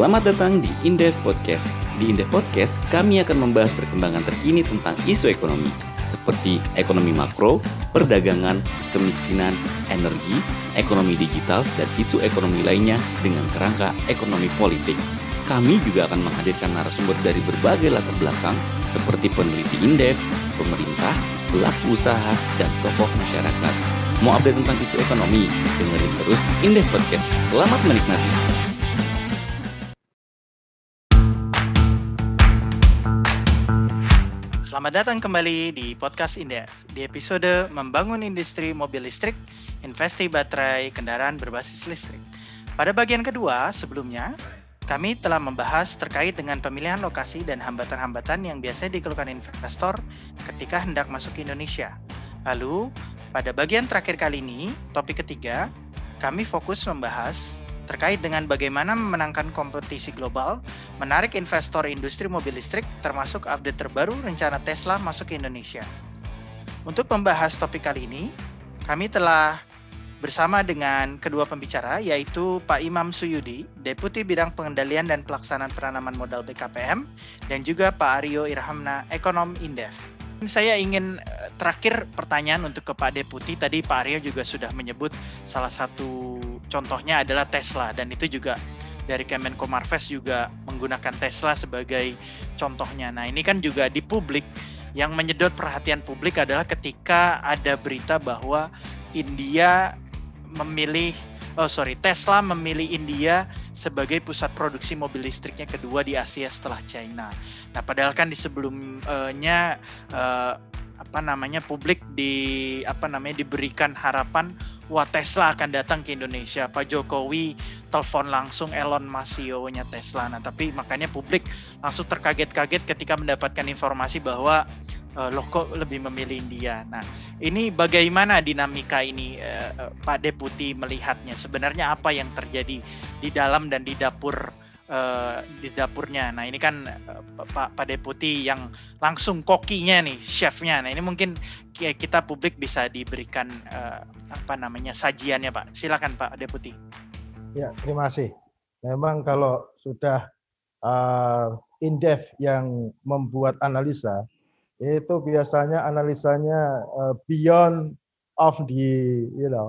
Selamat datang di Indef Podcast. Di Indef Podcast, kami akan membahas perkembangan terkini tentang isu ekonomi, seperti ekonomi makro, perdagangan, kemiskinan, energi, ekonomi digital, dan isu ekonomi lainnya dengan kerangka ekonomi politik. Kami juga akan menghadirkan narasumber dari berbagai latar belakang, seperti peneliti Indef, pemerintah, pelaku usaha, dan tokoh masyarakat. Mau update tentang isu ekonomi? Dengerin terus Indef Podcast. Selamat menikmati. Selamat datang kembali di Podcast Indef. Di episode Membangun Industri Mobil Listrik, Investasi Baterai Kendaraan Berbasis Listrik. Pada bagian kedua, sebelumnya, kami telah membahas terkait dengan pemilihan lokasi dan hambatan-hambatan yang biasanya dikeluhkan investor ketika hendak masuk ke Indonesia. Lalu, pada bagian terakhir kali ini, topik ketiga, kami fokus membahas terkait dengan bagaimana memenangkan kompetisi global, menarik investor industri mobil listrik, termasuk update terbaru rencana Tesla masuk ke Indonesia. Untuk membahas topik kali ini, kami telah bersama dengan kedua pembicara, yaitu Pak Imam Suyudi, Deputi Bidang Pengendalian dan Pelaksanaan Penanaman Modal BKPM, dan juga Pak Aryo Irhamna, Ekonom Indef. Saya ingin terakhir pertanyaan untuk ke Pak Deputi. Tadi Pak Aryo juga sudah menyebut salah satu contohnya adalah Tesla, dan itu juga dari Kemenko Marves juga menggunakan Tesla sebagai contohnya. Nah, ini kan juga di publik, yang menyedot perhatian publik adalah ketika ada berita bahwa Tesla memilih India sebagai pusat produksi mobil listriknya kedua di Asia setelah China. Nah, padahal kan di sebelumnya publik diberikan harapan, wah, Tesla akan datang ke Indonesia. Pak Jokowi telepon langsung Elon Musk, CEO-nya Tesla. Nah, tapi makanya publik langsung terkaget-kaget ketika mendapatkan informasi bahwa loh kok lebih memilih India. Nah, ini bagaimana dinamika ini, Pak Deputi melihatnya? Sebenarnya apa yang terjadi di dalam dan di dapurnya? Nah, ini kan Pak Deputi yang langsung kokinya nih, chefnya. Nah, ini mungkin kita publik bisa diberikan sajiannya, Pak. Silakan Pak Deputi. Ya, terima kasih. Memang kalau sudah Indef yang membuat analisa, itu biasanya analisanya beyond of the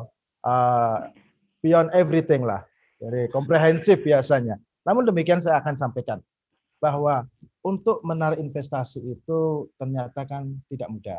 beyond everything lah, jadi komprehensif biasanya. Namun demikian saya akan sampaikan bahwa untuk menarik investasi itu ternyata kan tidak mudah,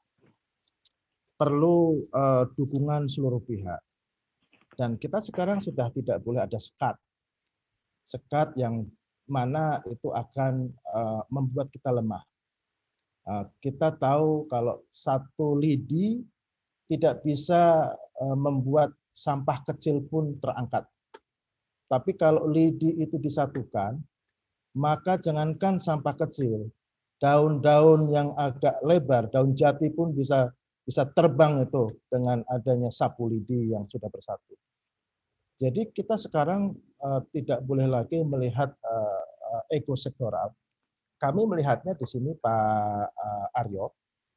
perlu dukungan seluruh pihak, dan kita sekarang sudah tidak boleh ada sekat yang mana itu akan membuat kita lemah. Kita tahu kalau satu lidi tidak bisa membuat sampah kecil pun terangkat. Tapi kalau lidi itu disatukan, maka jangankan sampah kecil, daun-daun yang agak lebar, daun jati pun bisa terbang itu dengan adanya sapu lidi yang sudah bersatu. Jadi kita sekarang tidak boleh lagi melihat ego sektoral. Kami melihatnya di sini Pak Aryo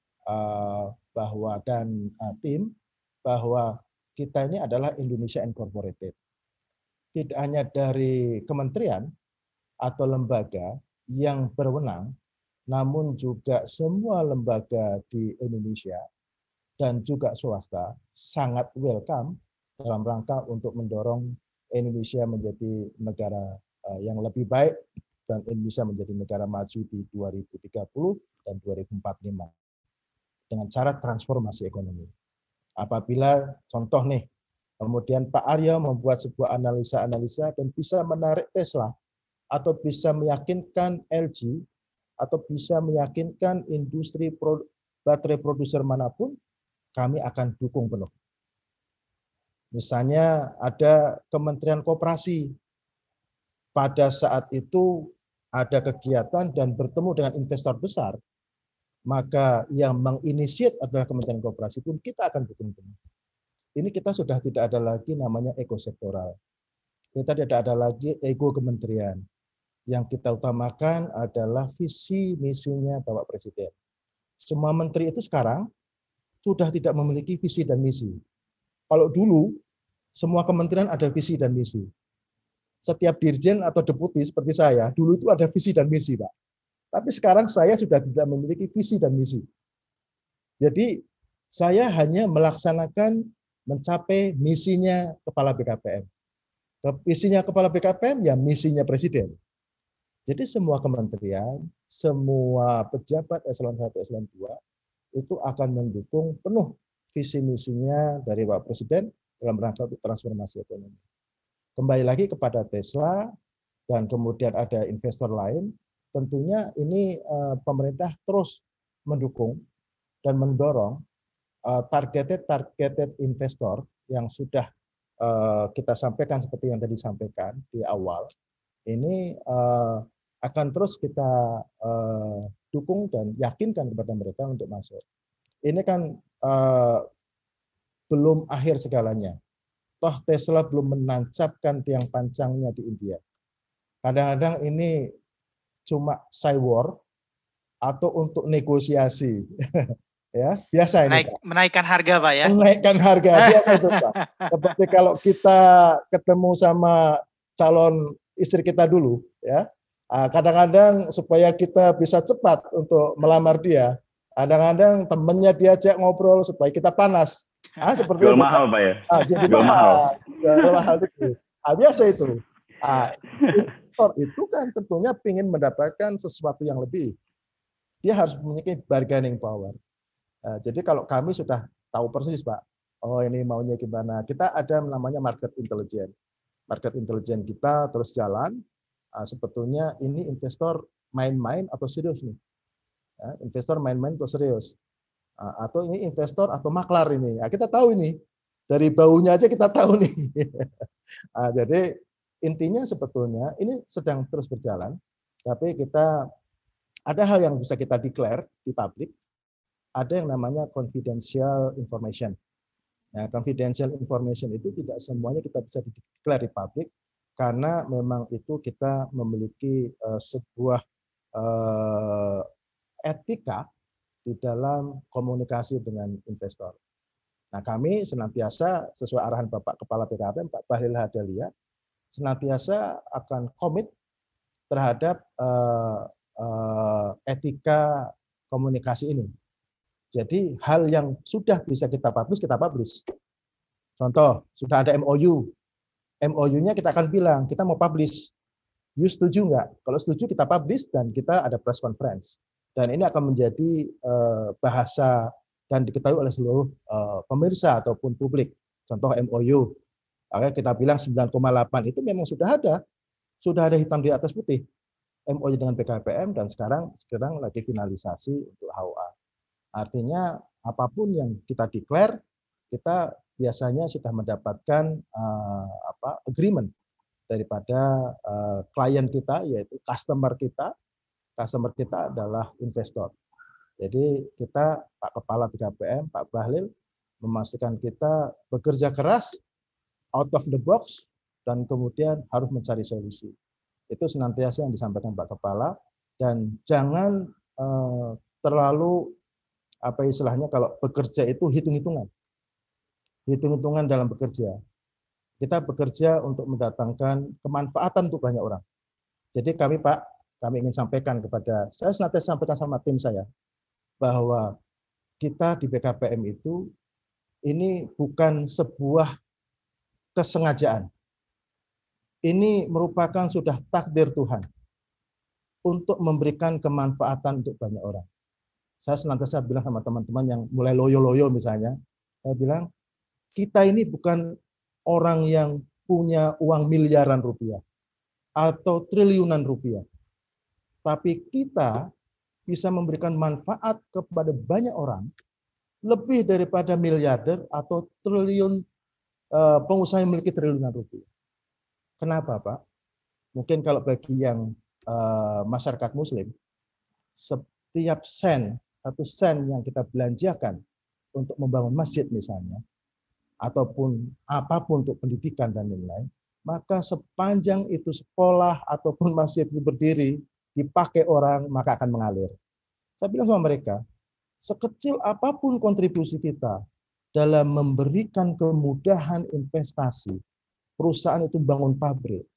dan tim bahwa kita ini adalah Indonesia Incorporated. Tidak hanya dari kementerian atau lembaga yang berwenang, namun juga semua lembaga di Indonesia dan juga swasta sangat welcome dalam rangka untuk mendorong Indonesia menjadi negara yang lebih baik, dan Indonesia menjadi negara maju di 2030 dan 2045 dengan cara transformasi ekonomi. Apabila contoh nih, kemudian Pak Aryo membuat sebuah analisa dan bisa menarik Tesla, atau bisa meyakinkan LG, atau bisa meyakinkan industri baterai produser manapun, kami akan dukung penuh. Misalnya ada Kementerian Koperasi, pada saat itu ada kegiatan dan bertemu dengan investor besar, maka yang menginisiat adalah Kementerian Koperasi pun kita akan dukung penuh. Ini kita sudah tidak ada lagi namanya ego sektoral. Kita tidak ada lagi ego kementerian. Yang kita utamakan adalah visi misinya Bapak Presiden. Semua menteri itu sekarang sudah tidak memiliki visi dan misi. Kalau dulu semua kementerian ada visi dan misi. setiap dirjen atau deputi seperti saya, dulu itu ada visi dan misi, Pak. Tapi sekarang saya sudah tidak memiliki visi dan misi. Jadi saya hanya melaksanakan mencapai misinya Kepala BKPM. Visinya Kepala BKPM ya misinya Presiden. Jadi semua kementerian, semua pejabat eselon 1, eselon 2 itu akan mendukung penuh visi misinya dari Pak Presiden dalam rangka untuk transformasi ekonomi. Kembali lagi kepada Tesla dan kemudian ada investor lain, tentunya ini pemerintah terus mendukung dan mendorong targeted investor yang sudah kita sampaikan seperti yang tadi disampaikan di awal, ini akan terus kita dukung dan yakinkan kepada mereka untuk masuk. Ini kan belum akhir segalanya. Toh Tesla belum menancapkan tiang pancangnya di India. Kadang-kadang ini cuma cywar atau untuk negosiasi. Ya, biasa ini, Pak. Menaikkan harga, Pak ya. Menaikkan harga biasa itu, Pak. Seperti kalau kita ketemu sama calon istri kita dulu, ya. Kadang-kadang supaya kita bisa cepat untuk melamar dia, kadang-kadang temennya diajak ngobrol supaya kita panas. Seperti jual itu, mahal, Pak. Pak ya. Jadi jual mahal itu. Biasa itu. Investor itu kan tentunya ingin mendapatkan sesuatu yang lebih. Dia harus memiliki bargaining power. Jadi kalau kami sudah tahu persis, Pak, oh ini maunya gimana. Kita ada namanya market intelligence. Market intelligence kita terus jalan. Sebetulnya ini investor main-main atau serius nih. Investor main-main atau serius. Atau ini investor atau maklar ini. Kita tahu ini. Dari baunya aja kita tahu nih. Jadi intinya sebetulnya ini sedang terus berjalan. Tapi kita ada hal yang bisa kita declare di publik. Ada yang namanya confidential information. Nah, confidential information itu tidak semuanya kita bisa declare di publik karena memang itu kita memiliki sebuah etika di dalam komunikasi dengan investor. Nah, kami senantiasa sesuai arahan Bapak Kepala BKPM, Pak Bahlil Lahadalia, senantiasa akan komit terhadap etika komunikasi ini. Jadi hal yang sudah bisa kita publish. Contoh, sudah ada MOU. MOU-nya kita akan bilang, kita mau publish. You setuju nggak? Kalau setuju kita publish dan kita ada press conference. Dan ini akan menjadi bahasa dan diketahui oleh seluruh pemirsa ataupun publik. Contoh MOU. Kita bilang 9,8 itu memang sudah ada hitam di atas putih. MOU dengan BKPM dan sekarang lagi finalisasi untuk HOA. Artinya apapun yang kita declare, kita biasanya sudah mendapatkan agreement daripada klien kita, yaitu customer kita. Customer kita adalah investor. Jadi kita, Pak Kepala BKPM, Pak Bahlil, memastikan kita bekerja keras, out of the box, dan kemudian harus mencari solusi. Itu senantiasa yang disampaikan Pak Kepala, dan jangan terlalu istilahnya kalau bekerja itu hitung-hitungan. Hitung-hitungan dalam bekerja. Kita bekerja untuk mendatangkan kemanfaatan untuk banyak orang. Jadi kami ingin sampaikan saya senantiasa sampaikan sama tim saya, bahwa kita di BKPM itu, ini bukan sebuah kesengajaan. Ini merupakan sudah takdir Tuhan untuk memberikan kemanfaatan untuk banyak orang. Saya senantiasa bilang sama teman-teman yang mulai loyo-loyo misalnya, saya bilang, kita ini bukan orang yang punya uang miliaran rupiah atau triliunan rupiah. Tapi kita bisa memberikan manfaat kepada banyak orang lebih daripada miliarder atau triliun pengusaha yang memiliki triliunan rupiah. Kenapa, Pak? Mungkin kalau bagi yang masyarakat muslim, setiap satu sen yang kita belanjakan untuk membangun masjid misalnya, ataupun apapun untuk pendidikan dan lain-lain, maka sepanjang itu sekolah ataupun masjid itu berdiri, dipakai orang, maka akan mengalir. Saya bilang sama mereka, sekecil apapun kontribusi kita dalam memberikan kemudahan investasi, perusahaan itu bangun pabrik,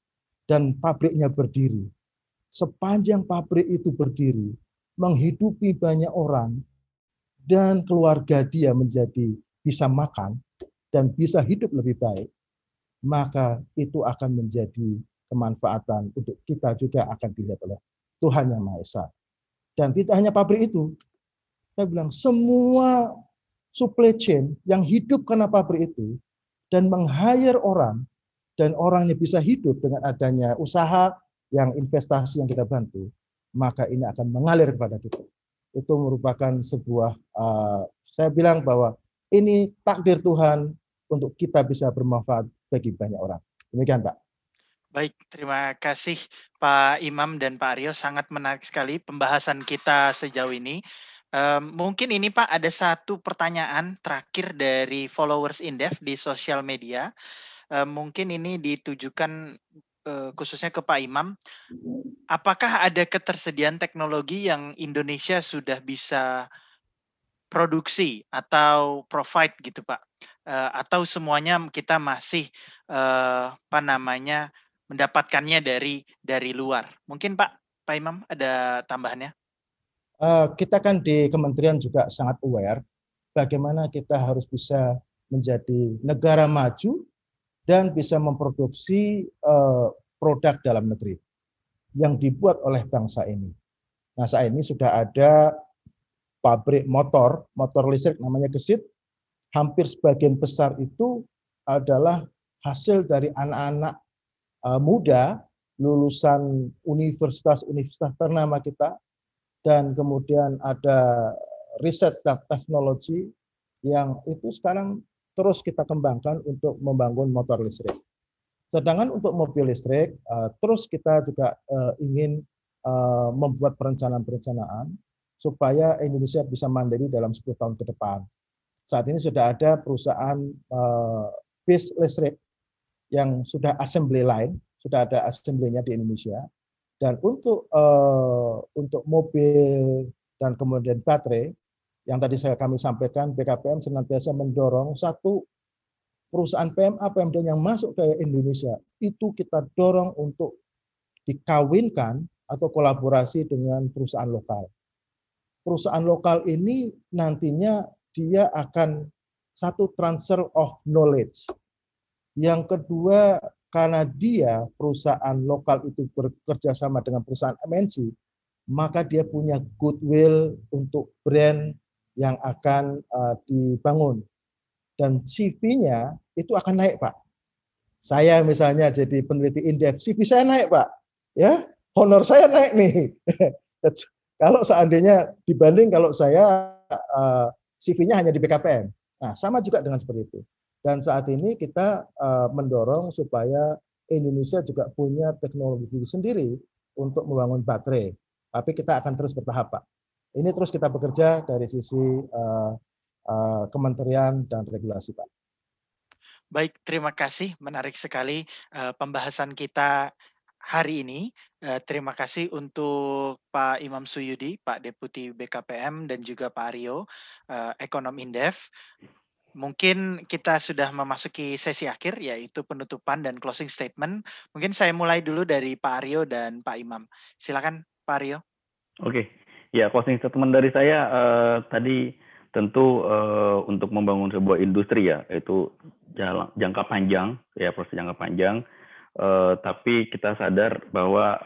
dan pabriknya berdiri. Sepanjang pabrik itu berdiri, menghidupi banyak orang, dan keluarga dia menjadi bisa makan dan bisa hidup lebih baik, maka itu akan menjadi kemanfaatan untuk kita juga akan dilihat oleh Tuhan Yang Maha Esa. Dan tidak hanya pabrik itu, saya bilang semua supply chain yang hidup karena pabrik itu dan meng-hire orang dan orangnya bisa hidup dengan adanya usaha yang investasi yang kita bantu, maka ini akan mengalir kepada kita. Itu merupakan sebuah, saya bilang bahwa ini takdir Tuhan untuk kita bisa bermanfaat bagi banyak orang. Demikian, Pak. Baik, terima kasih Pak Imam dan Pak Aryo. Sangat menarik sekali pembahasan kita sejauh ini. Mungkin ini Pak ada satu pertanyaan terakhir dari followers Indef di sosial media. Mungkin ini ditujukan khususnya ke Pak Imam. Apakah ada ketersediaan teknologi yang Indonesia sudah bisa produksi atau provide gitu Pak? Atau semuanya kita masih mendapatkannya dari luar? Mungkin Pak Imam ada tambahannya? Kita kan di kementerian juga sangat aware bagaimana kita harus bisa menjadi negara maju dan bisa memproduksi produk dalam negeri yang dibuat oleh bangsa ini. Nah, saat ini sudah ada pabrik motor listrik namanya Gesit. Hampir sebagian besar itu adalah hasil dari anak-anak muda lulusan universitas-universitas ternama kita, dan kemudian ada riset dan teknologi yang itu sekarang terus kita kembangkan untuk membangun motor listrik. Sedangkan untuk mobil listrik, terus kita juga ingin membuat perencanaan-perencanaan supaya Indonesia bisa mandiri dalam 10 tahun ke depan. Saat ini sudah ada perusahaan bis listrik yang sudah assembly line, sudah ada assembly-nya di Indonesia. Dan untuk mobil dan kemudian baterai, yang tadi kami sampaikan, BKPM senantiasa mendorong satu perusahaan PMA, PMD yang masuk ke Indonesia, itu kita dorong untuk dikawinkan atau kolaborasi dengan perusahaan lokal. Perusahaan lokal ini nantinya dia akan satu transfer of knowledge. Yang kedua, karena dia perusahaan lokal itu bekerja sama dengan perusahaan MNC, maka dia punya goodwill untuk brand yang akan dibangun. Dan CV-nya itu akan naik, Pak. Saya misalnya jadi peneliti Indef, CV saya naik, Pak. Ya, honor saya naik nih. Kalau seandainya dibanding kalau saya CV-nya hanya di BKPM. Nah, sama juga dengan seperti itu. Dan saat ini kita mendorong supaya Indonesia juga punya teknologi sendiri untuk membangun baterai. Tapi kita akan terus bertahap, Pak. Ini terus kita bekerja dari sisi kementerian dan regulasi, Pak. Baik, terima kasih. Menarik sekali pembahasan kita hari ini. Terima kasih untuk Pak Imam Suyudi, Pak Deputi BKPM, dan juga Pak Aryo, Ekonom Indef. Mungkin kita sudah memasuki sesi akhir, yaitu penutupan dan closing statement. Mungkin saya mulai dulu dari Pak Aryo dan Pak Imam. Silakan Pak Aryo. Oke, ya closing statement dari saya tadi tentu untuk membangun sebuah industri ya, itu jangka panjang, ya proses jangka panjang. Tapi kita sadar bahwa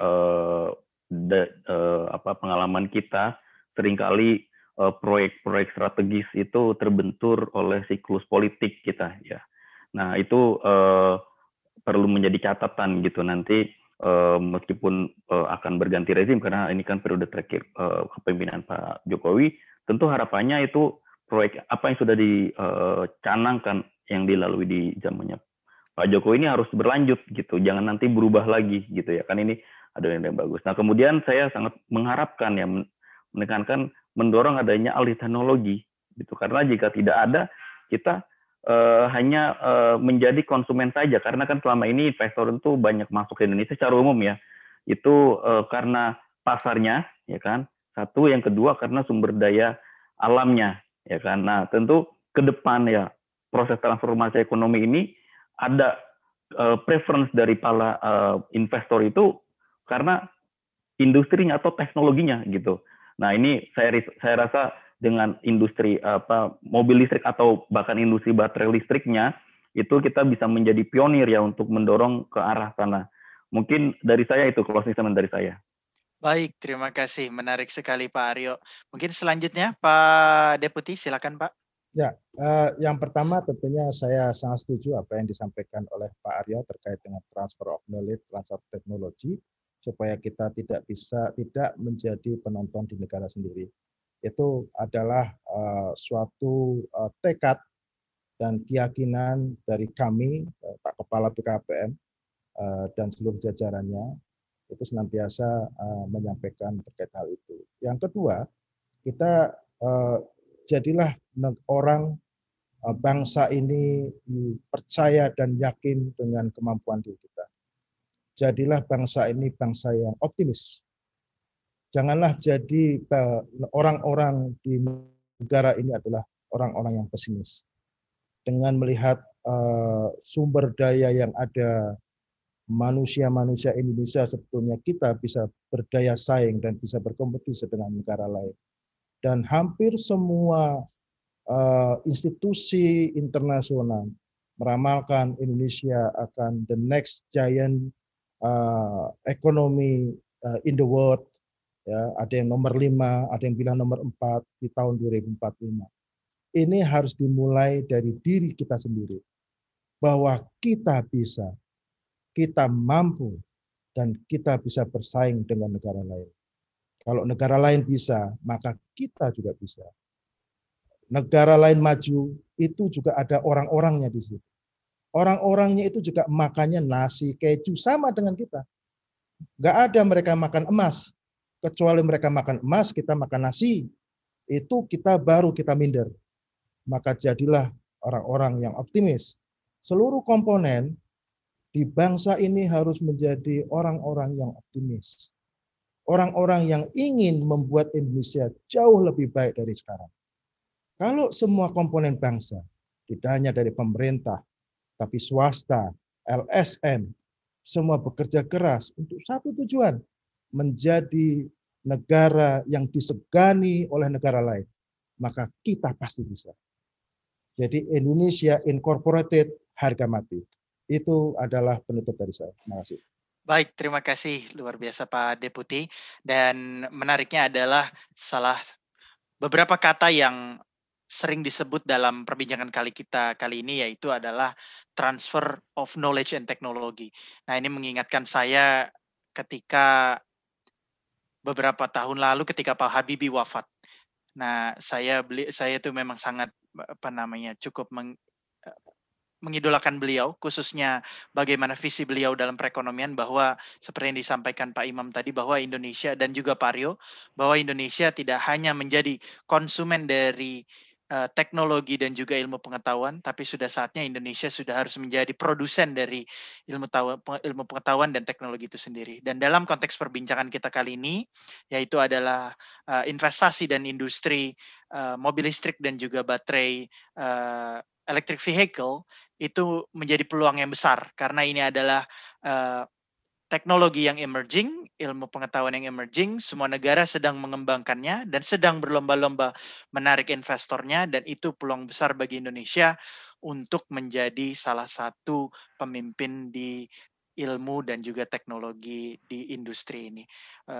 pengalaman kita seringkali proyek-proyek strategis itu terbentur oleh siklus politik kita ya. Nah itu perlu menjadi catatan gitu nanti meskipun akan berganti rezim karena ini kan periode terakhir kepemimpinan Pak Jokowi, tentu harapannya itu proyek apa yang sudah dicanangkan yang dilalui di zamannya Pak Jokowi ini harus berlanjut gitu, jangan nanti berubah lagi gitu ya, kan ini ada yang bagus. Nah kemudian saya sangat mengharapkan ya, menekankan mendorong adanya alih teknologi gitu, karena jika tidak ada kita hanya menjadi konsumen saja, karena kan selama ini investor itu banyak masuk ke Indonesia secara umum ya, itu karena pasarnya ya kan, satu, yang kedua karena sumber daya alamnya ya kan. Nah tentu ke depan ya proses transformasi ekonomi ini ada preference dari para investor itu karena industrinya atau teknologinya gitu. Nah ini saya rasa dengan industri mobil listrik atau bahkan industri baterai listriknya itu kita bisa menjadi pionir ya untuk mendorong ke arah sana. Mungkin dari saya itu closing statement dari saya. Baik, terima kasih. Menarik sekali Pak Aryo. Mungkin selanjutnya Pak Deputi, silakan Pak. Ya, yang pertama tentunya saya sangat setuju apa yang disampaikan oleh Pak Aryo terkait dengan transfer of knowledge, transfer teknologi, supaya kita tidak menjadi penonton di negara sendiri. Itu adalah suatu tekad dan keyakinan dari kami, Pak Kepala BKPM dan seluruh jajarannya, itu senantiasa menyampaikan terkait hal itu. Yang kedua, kita jadilah orang bangsa ini percaya dan yakin dengan kemampuan diri kita. Jadilah bangsa ini bangsa yang optimis. Janganlah jadi orang-orang di negara ini adalah orang-orang yang pesimis. Dengan melihat sumber daya yang ada, manusia-manusia Indonesia sebetulnya kita bisa berdaya saing dan bisa berkompetisi dengan negara lain. Dan hampir semua institusi internasional meramalkan Indonesia akan the next giant economy in the world. Ya, ada yang nomor 5, ada yang bilang nomor 4 di tahun 2045. Ini harus dimulai dari diri kita sendiri. Bahwa kita bisa, kita mampu, dan kita bisa bersaing dengan negara lain. Kalau negara lain bisa, maka kita juga bisa. Negara lain maju, itu juga ada orang-orangnya di situ. Orang-orangnya itu juga makannya nasi, keju, sama dengan kita. Nggak ada mereka makan emas. Kecuali mereka makan emas, kita makan nasi. Itu baru kita minder. Maka jadilah orang-orang yang optimis. Seluruh komponen di bangsa ini harus menjadi orang-orang yang optimis. Orang-orang yang ingin membuat Indonesia jauh lebih baik dari sekarang. Kalau semua komponen bangsa, tidak hanya dari pemerintah, tapi swasta, LSM, semua bekerja keras untuk satu tujuan, menjadi negara yang disegani oleh negara lain, maka kita pasti bisa. Jadi Indonesia Incorporated, harga mati. Itu adalah penutup dari saya. Terima kasih. Baik, terima kasih luar biasa Pak Deputi. Dan menariknya adalah beberapa kata yang sering disebut dalam perbincangan kita kali ini, yaitu adalah transfer of knowledge and technology. Nah, ini mengingatkan saya ketika beberapa tahun lalu ketika Pak Habibie wafat. Nah, saya itu memang sangat cukup mengidolakan beliau, khususnya bagaimana visi beliau dalam perekonomian, bahwa seperti yang disampaikan Pak Imam tadi, bahwa Indonesia dan juga Pak Aryo, bahwa Indonesia tidak hanya menjadi konsumen dari teknologi dan juga ilmu pengetahuan, tapi sudah saatnya Indonesia sudah harus menjadi produsen dari ilmu pengetahuan dan teknologi itu sendiri. Dan dalam konteks perbincangan kita kali ini, yaitu adalah investasi dan industri mobil listrik dan juga baterai electric vehicle, itu menjadi peluang yang besar karena ini adalah teknologi yang emerging, ilmu pengetahuan yang emerging, semua negara sedang mengembangkannya dan sedang berlomba-lomba menarik investornya, dan itu peluang besar bagi Indonesia untuk menjadi salah satu pemimpin di ilmu dan juga teknologi di industri ini.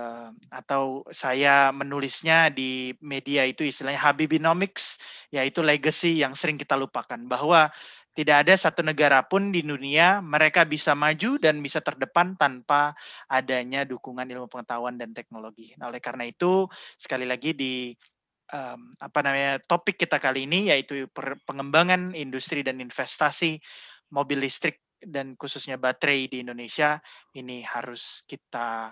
Atau saya menulisnya di media itu istilahnya Habibinomics, yaitu legacy yang sering kita lupakan, bahwa tidak ada satu negara pun di dunia mereka bisa maju dan bisa terdepan tanpa adanya dukungan ilmu pengetahuan dan teknologi. Nah, oleh karena itu, sekali lagi di topik kita kali ini, yaitu pengembangan industri dan investasi mobil listrik dan khususnya baterai di Indonesia, ini harus kita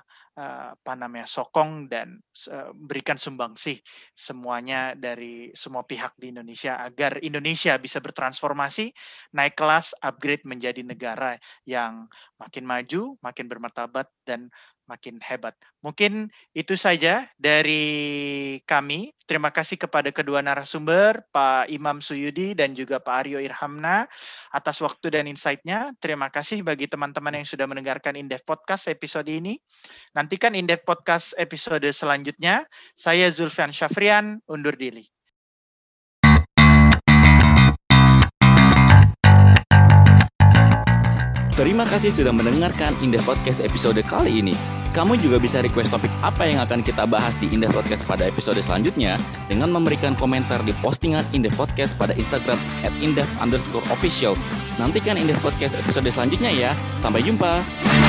sokong dan berikan sumbangsih semuanya dari semua pihak di Indonesia agar Indonesia bisa bertransformasi, naik kelas, upgrade menjadi negara yang makin maju, makin bermartabat, dan makin hebat. Mungkin itu saja dari kami. Terima kasih kepada kedua narasumber, Pak Imam Suyudi dan juga Pak Aryo Irhamna atas waktu dan insight-nya. Terima kasih bagi teman-teman yang sudah mendengarkan Indef Podcast episode ini. Nantikan Indef Podcast episode selanjutnya. Saya Zulfian Syafrian, undur diri. Terima kasih sudah mendengarkan Indef Podcast episode kali ini. Kamu juga bisa request topik apa yang akan kita bahas di Indef Podcast pada episode selanjutnya dengan memberikan komentar di postingan Indef Podcast pada Instagram @indef_official. Nantikan Indef Podcast episode selanjutnya ya. Sampai jumpa.